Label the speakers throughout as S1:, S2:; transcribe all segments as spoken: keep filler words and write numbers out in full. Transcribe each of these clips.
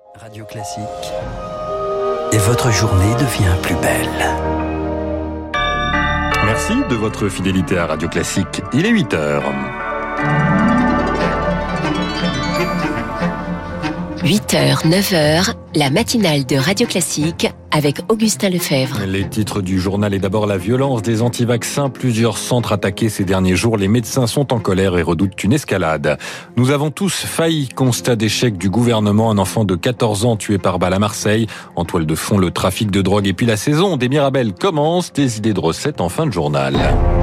S1: Radio Classique. Et votre journée devient plus belle.
S2: Merci de votre fidélité à Radio Classique. Il est huit heures.
S3: huit heures, neuf heures, la matinale de Radio Classique avec Augustin Lefebvre.
S2: Les titres du journal et d'abord la violence des anti-vaccins. Plusieurs centres attaqués ces derniers jours. Les médecins sont en colère et redoutent une escalade. Nous avons tous failli. Constat d'échec du gouvernement. Un enfant de quatorze ans tué par balle à Marseille. En toile de fond, le trafic de drogue. Et puis la saison des Mirabelles commence. Des idées de recettes en fin de journal.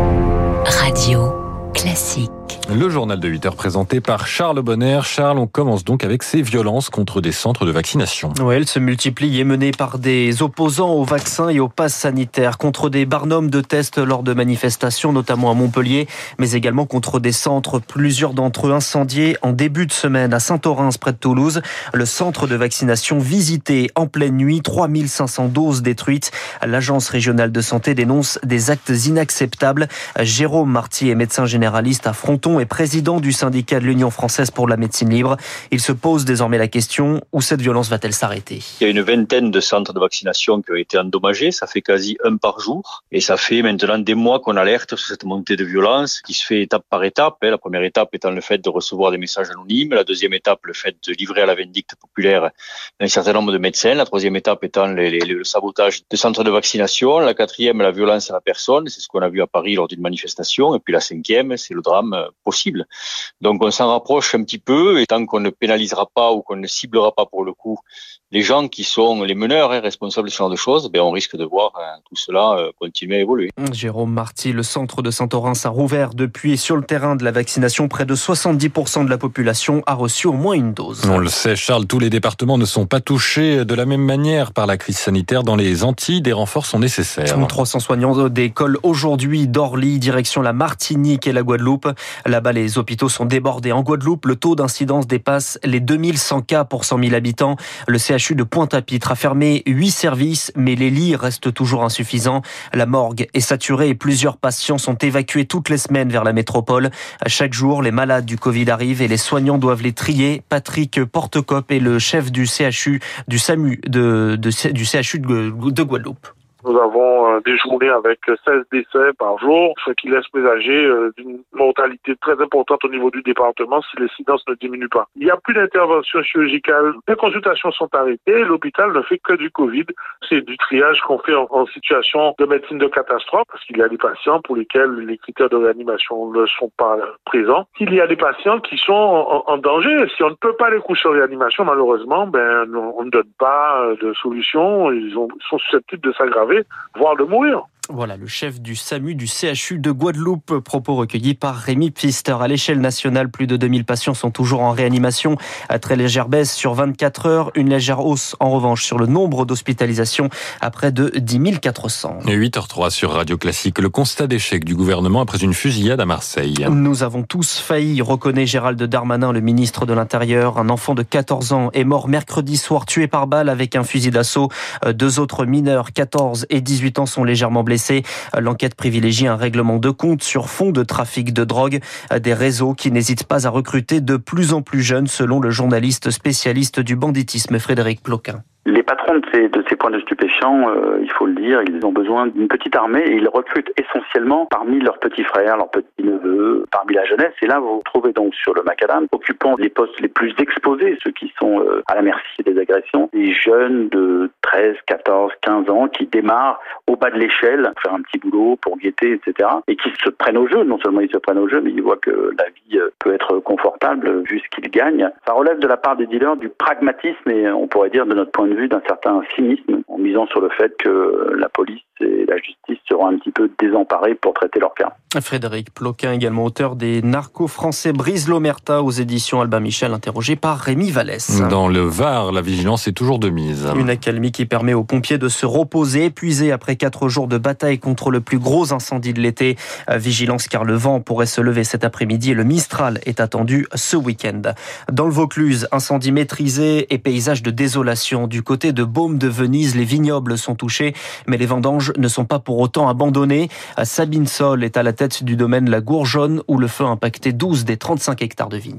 S3: Radio Classique.
S2: Le journal de huit heures présenté par Charles Bonner. Charles, on commence donc avec ces violences contre des centres de vaccination.
S4: Oui, elles se multiplient et menées par des opposants au vaccin et au pass sanitaire, contre des barnums de tests lors de manifestations, notamment à Montpellier, mais également contre des centres, plusieurs d'entre eux incendiés en début de semaine à Saint-Orens, près de Toulouse. Le centre de vaccination visité en pleine nuit, trois mille cinq cents doses détruites. L'agence régionale de santé dénonce des actes inacceptables. Jérôme Marty est médecin généraliste à Fronton et président du syndicat de l'Union française pour la médecine libre. Il se pose désormais la question, où cette violence va-t-elle s'arrêter ?
S5: Il y a une vingtaine de centres de vaccination qui ont été endommagés, ça fait quasi un par jour. Et ça fait maintenant des mois qu'on alerte sur cette montée de violence qui se fait étape par étape. La première étape étant le fait de recevoir des messages anonymes, la deuxième étape le fait de livrer à la vindicte populaire un certain nombre de médecins, la troisième étape étant les, les, le sabotage de centres de vaccination, la quatrième la violence à la personne, c'est ce qu'on a vu à Paris lors d'une manifestation, et puis la cinquième c'est le drame possible. Donc on s'en rapproche un petit peu, et tant qu'on ne pénalisera pas ou qu'on ne ciblera pas pour le coup les gens qui sont les meneurs et responsables de ce genre de choses, ben on risque de voir hein, tout cela euh, continuer à évoluer.
S4: Jérôme Marty, le centre de Saint-Orens a rouvert depuis. Sur le terrain de la vaccination, près de soixante-dix pour cent de la population a reçu au moins une dose.
S2: On le sait, Charles, tous les départements ne sont pas touchés de la même manière par la crise sanitaire. Dans les Antilles, des renforts sont nécessaires.
S4: trois cents soignants d'école aujourd'hui d'Orly, direction la Martinique et la Guadeloupe. Là-bas, les hôpitaux sont débordés. En Guadeloupe, le taux d'incidence dépasse les deux mille cent cas pour cent mille habitants. Le C H U de Pointe-à-Pitre a fermé huit services, mais les lits restent toujours insuffisants. La morgue est saturée et plusieurs patients sont évacués toutes les semaines vers la métropole. Chaque jour, les malades du Covid arrivent et les soignants doivent les trier. Patrick Portecope est le chef du C H U, du SAMU, de, de, du C H U de, de Guadeloupe.
S6: Nous avons des journées avec seize décès par jour, ce qui laisse présager d'une mortalité très importante au niveau du département si l'incidence ne diminue pas. Il n'y a plus d'intervention chirurgicale, les consultations sont arrêtées, l'hôpital ne fait que du Covid. C'est du triage qu'on fait en, en situation de médecine de catastrophe, parce qu'il y a des patients pour lesquels les critères de réanimation ne sont pas présents. Il y a des patients qui sont en, en danger. Si on ne peut pas les coucher en réanimation, malheureusement, ben, on ne donne pas de solution. Ils ont, sont susceptibles de s'aggraver, voire de mourir.
S4: Voilà, le chef du SAMU du C H U de Guadeloupe, propos recueillis par Rémi Pfister. À l'échelle nationale, plus de deux mille patients sont toujours en réanimation. À très légère baisse sur vingt-quatre heures, une légère hausse en revanche sur le nombre d'hospitalisations à près de dix mille quatre cents.
S2: huit heures trois sur Radio Classique, le constat d'échec du gouvernement après une fusillade à Marseille.
S4: Nous avons tous failli, reconnaît Gérald Darmanin, le ministre de l'Intérieur. Un enfant de quatorze ans est mort mercredi soir, tué par balle avec un fusil d'assaut. Deux autres mineurs, quatorze et dix-huit ans, sont légèrement blessés. L'enquête privilégie un règlement de compte sur fond de trafic de drogue. Des réseaux qui n'hésitent pas à recruter de plus en plus jeunes, selon le journaliste spécialiste du banditisme Frédéric Ploquin.
S7: Les patrons de ces, de ces points de stupéfiants, euh, il faut le dire, ils ont besoin d'une petite armée et ils recrutent essentiellement parmi leurs petits frères, leurs petits neveux, parmi la jeunesse. Et là, vous vous trouvez donc sur le macadam, occupant les postes les plus exposés, ceux qui sont euh, à la merci des agressions, des jeunes de treize, quatorze, quinze ans qui démarrent au bas de l'échelle, faire un petit boulot pour guetter, et cetera. Et qui se prennent au jeu. Non seulement ils se prennent au jeu, mais ils voient que la vie peut être confortable vu ce qu'ils gagnent. Ça relève de la part des dealers du pragmatisme et on pourrait dire de notre point de vue d'un certain cynisme en misant sur le fait que la police et la justice seront un petit peu désemparées pour traiter leur cas.
S4: Frédéric Ploquin, également auteur des Narcos français, brise l'omerta aux éditions Albin Michel, interrogé par Rémi Vallès.
S2: Dans le Var, la vigilance est toujours de mise.
S4: Une accalmie qui permet aux pompiers de se reposer, épuisés après quatre jours de bataille contre le plus gros incendie de l'été. Vigilance car le vent pourrait se lever cet après-midi et le Mistral est attendu ce week-end. Dans le Vaucluse, incendie maîtrisé et paysage de désolation. Du côté de Baume de Venise, les vignobles sont touchés, mais les vendanges ne sont pas pour autant abandonnées. Sabine Sol est à la tête du domaine La Gourjonne où le feu a impacté douze des trente-cinq hectares de vignes.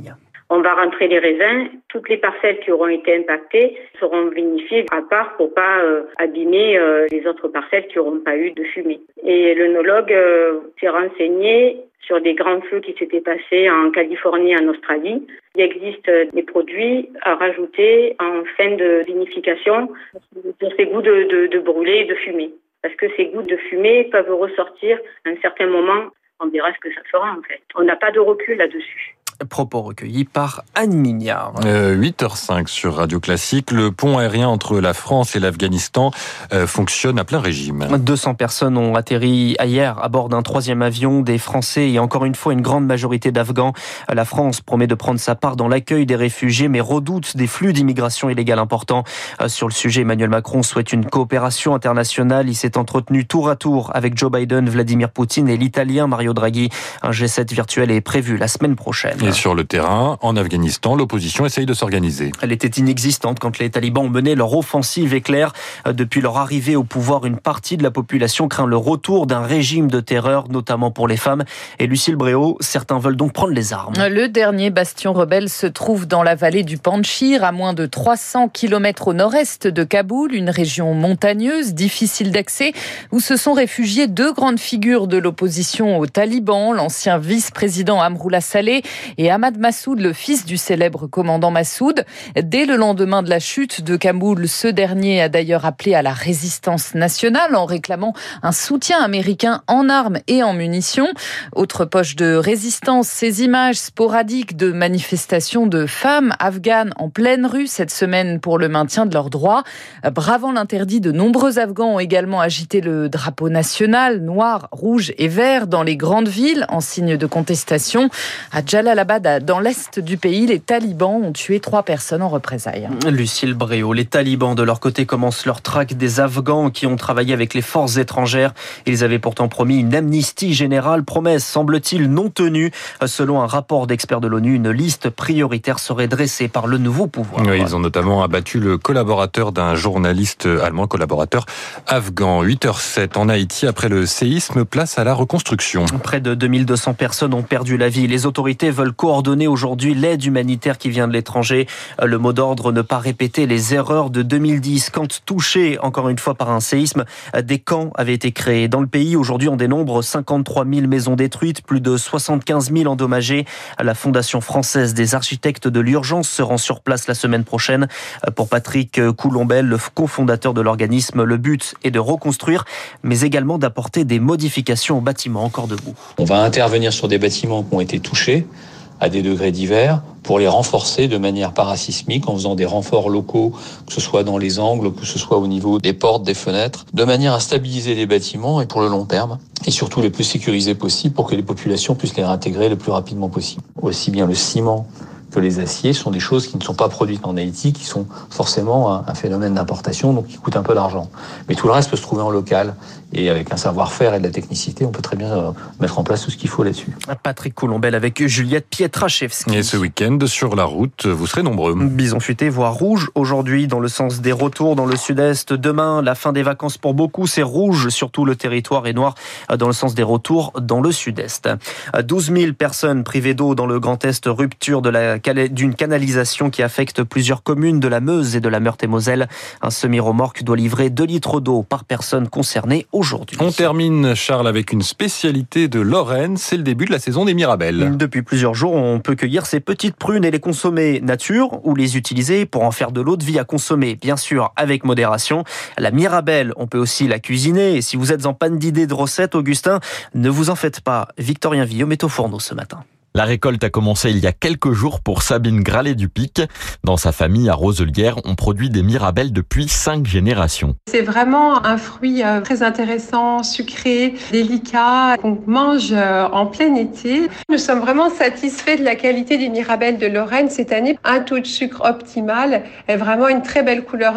S8: On va rentrer les raisins. Toutes les parcelles qui auront été impactées seront vinifiées à part pour pas euh, abîmer euh, les autres parcelles qui n'auront pas eu de fumée. Et l'œnologue euh, s'est renseigné sur des grands feux qui s'étaient passés en Californie et en Australie. Il existe des produits à rajouter en fin de vinification pour ces goûts de, de, de brûlé et de fumée. Parce que ces goûts de fumée peuvent ressortir à un certain moment. On verra ce que ça fera en fait. On n'a pas de recul là-dessus.
S4: Propos recueillis par Anne Mignard.
S2: Euh, huit heures cinq sur Radio Classique. Le pont aérien entre la France et l'Afghanistan euh, fonctionne à plein régime.
S4: deux cents personnes ont atterri hier à bord d'un troisième avion, des Français et encore une fois une grande majorité d'Afghans. La France promet de prendre sa part dans l'accueil des réfugiés, mais redoute des flux d'immigration illégale importants. Sur le sujet, Emmanuel Macron souhaite une coopération internationale. Il s'est entretenu tour à tour avec Joe Biden, Vladimir Poutine et l'Italien Mario Draghi. Un G sept virtuel est prévu la semaine prochaine.
S2: Et sur le terrain, en Afghanistan, l'opposition essaye de s'organiser.
S4: Elle était inexistante quand les talibans ont mené leur offensive éclair. Depuis leur arrivée au pouvoir, une partie de la population craint le retour d'un régime de terreur, notamment pour les femmes. Et Lucille Bréau, certains veulent donc prendre les armes.
S9: Le dernier bastion rebelle se trouve dans la vallée du Panjshir, à moins de trois cents kilomètres au nord-est de Kaboul, une région montagneuse, difficile d'accès, où se sont réfugiées deux grandes figures de l'opposition aux talibans, l'ancien vice-président Amroullah Saleh et Ahmad Massoud, le fils du célèbre commandant Massoud. Dès le lendemain de la chute de Kaboul, ce dernier a d'ailleurs appelé à la résistance nationale en réclamant un soutien américain en armes et en munitions. Autre poche de résistance, ces images sporadiques de manifestations de femmes afghanes en pleine rue cette semaine pour le maintien de leurs droits. Bravant l'interdit, de nombreux Afghans ont également agité le drapeau national, noir, rouge et vert, dans les grandes villes en signe de contestation. À Jalalabad, dans l'est du pays, les talibans ont tué trois personnes en représailles.
S4: Lucille Bréau, les talibans de leur côté commencent leur traque des Afghans qui ont travaillé avec les forces étrangères. Ils avaient pourtant promis une amnistie générale, promesse semble-t-il non tenue. Selon un rapport d'experts de l'ONU, une liste prioritaire serait dressée par le nouveau pouvoir.
S2: Oui, ils ont notamment abattu le collaborateur d'un journaliste allemand, collaborateur afghan. huit heures sept en Haïti, après le séisme, place à la reconstruction.
S4: Près de deux mille deux cents personnes ont perdu la vie. Les autorités veulent coordonner aujourd'hui l'aide humanitaire qui vient de l'étranger. Le mot d'ordre, ne pas répéter les erreurs de deux mille dix. Quand touchés, encore une fois, par un séisme, des camps avaient été créés. Dans le pays, aujourd'hui, on dénombre cinquante-trois mille maisons détruites, plus de soixante-quinze mille endommagées. La Fondation française des architectes de l'urgence se rend sur place la semaine prochaine. Pour Patrick Coulombel, le cofondateur de l'organisme, le but est de reconstruire, mais également d'apporter des modifications aux bâtiments encore debout.
S10: On va intervenir sur des bâtiments qui ont été touchés à des degrés divers pour les renforcer de manière parasismique en faisant des renforts locaux, que ce soit dans les angles, que ce soit au niveau des portes, des fenêtres, de manière à stabiliser les bâtiments et pour le long terme, et surtout les plus sécurisés possible pour que les populations puissent les réintégrer le plus rapidement possible. Aussi bien le ciment que les aciers sont des choses qui ne sont pas produites en Haïti, qui sont forcément un phénomène d'importation, donc qui coûtent un peu d'argent. Mais tout le reste peut se trouver en local. Et avec un savoir-faire et de la technicité, on peut très bien mettre en place tout ce qu'il faut là-dessus.
S4: Patrick Coulombel avec Juliette Pietraszewski.
S2: Et ce week-end, sur la route, vous serez nombreux.
S4: Bison futé, voire rouge aujourd'hui dans le sens des retours dans le sud-est. Demain, la fin des vacances pour beaucoup, c'est rouge, surtout le territoire est noir dans le sens des retours dans le sud-est. douze mille personnes privées d'eau dans le Grand Est, rupture de la, d'une canalisation qui affecte plusieurs communes de la Meuse et de la Meurthe-et-Moselle. Un semi-remorque doit livrer deux litres d'eau par personne concernée aujourd'hui.
S2: On termine, Charles, avec une spécialité de Lorraine. C'est le début de la saison des mirabelles.
S4: Depuis plusieurs jours, on peut cueillir ces petites prunes et les consommer nature ou les utiliser pour en faire de l'eau de vie à consommer, bien sûr, avec modération. La mirabelle, on peut aussi la cuisiner. Et si vous êtes en panne d'idées de recettes, Augustin, ne vous en faites pas. Victorien Villaume est au fourneau ce matin.
S11: La récolte a commencé il y a quelques jours pour Sabine Gralet-Dupic. Dans sa famille à Roselière, on produit des mirabelles depuis cinq générations.
S12: C'est vraiment un fruit très intéressant, sucré, délicat, qu'on mange en plein été. Nous sommes vraiment satisfaits de la qualité des mirabelles de Lorraine cette année. Un taux de sucre optimal et vraiment une très belle couleur dorée.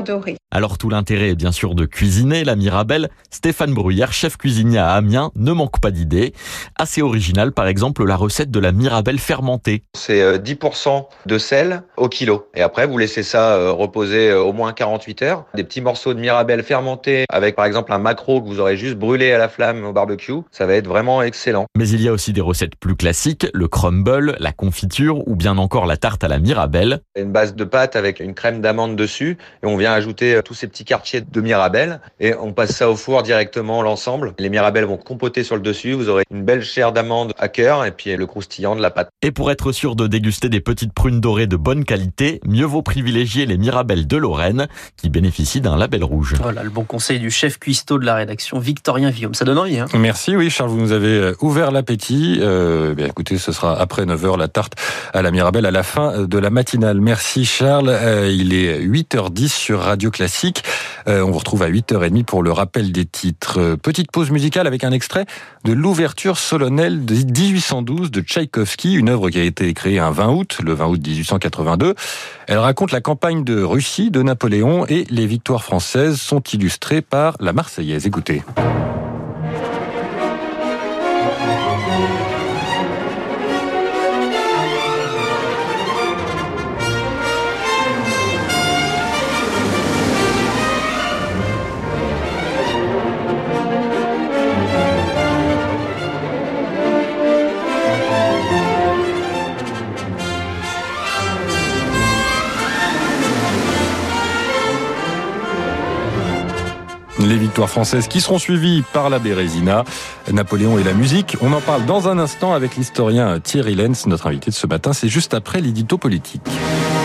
S11: Alors tout l'intérêt est bien sûr de cuisiner la Mirabelle. Stéphane Bruyère, chef cuisinier à Amiens, ne manque pas d'idées. Assez original par exemple la recette de la Mirabelle fermentée.
S13: C'est dix pour cent de sel au kilo. Et après vous laissez ça reposer au moins quarante-huit heures. Des petits morceaux de Mirabelle fermentés avec par exemple un maquereau que vous aurez juste brûlé à la flamme au barbecue. Ça va être vraiment excellent.
S11: Mais il y a aussi des recettes plus classiques, le crumble, la confiture ou bien encore la tarte à la Mirabelle.
S13: Une base de pâte avec une crème d'amande dessus et on vient ajouter tous ces petits quartiers de Mirabelle et on passe ça au four directement l'ensemble. Les Mirabelles vont compoter sur le dessus, vous aurez une belle chair d'amande à cœur et puis le croustillant de la pâte.
S11: Et pour être sûr de déguster des petites prunes dorées de bonne qualité, mieux vaut privilégier les Mirabelles de Lorraine qui bénéficient d'un label rouge.
S4: Voilà le bon conseil du chef cuistot de la rédaction Victorien Villaume. Ça donne envie, hein.
S2: Merci, oui Charles, vous nous avez ouvert l'appétit. Euh, bien, écoutez, ce sera après neuf heures la tarte à la Mirabelle à la fin de la matinale. Merci Charles. Euh, il est huit heures dix sur Radio Classique. Euh, on vous retrouve à huit heures trente pour le rappel des titres. Euh, petite pause musicale avec un extrait de l'ouverture solennelle de dix-huit cent douze de Tchaïkovski, une œuvre qui a été créée un vingt août, le vingt août dix-huit cent quatre-vingt-deux. Elle raconte la campagne de Russie de Napoléon et les victoires françaises sont illustrées par la Marseillaise. Écoutez. Les victoires françaises qui seront suivies par la Bérésina, Napoléon et la musique. On en parle dans un instant avec l'historien Thierry Lenz, notre invité de ce matin. C'est juste après l'édito politique.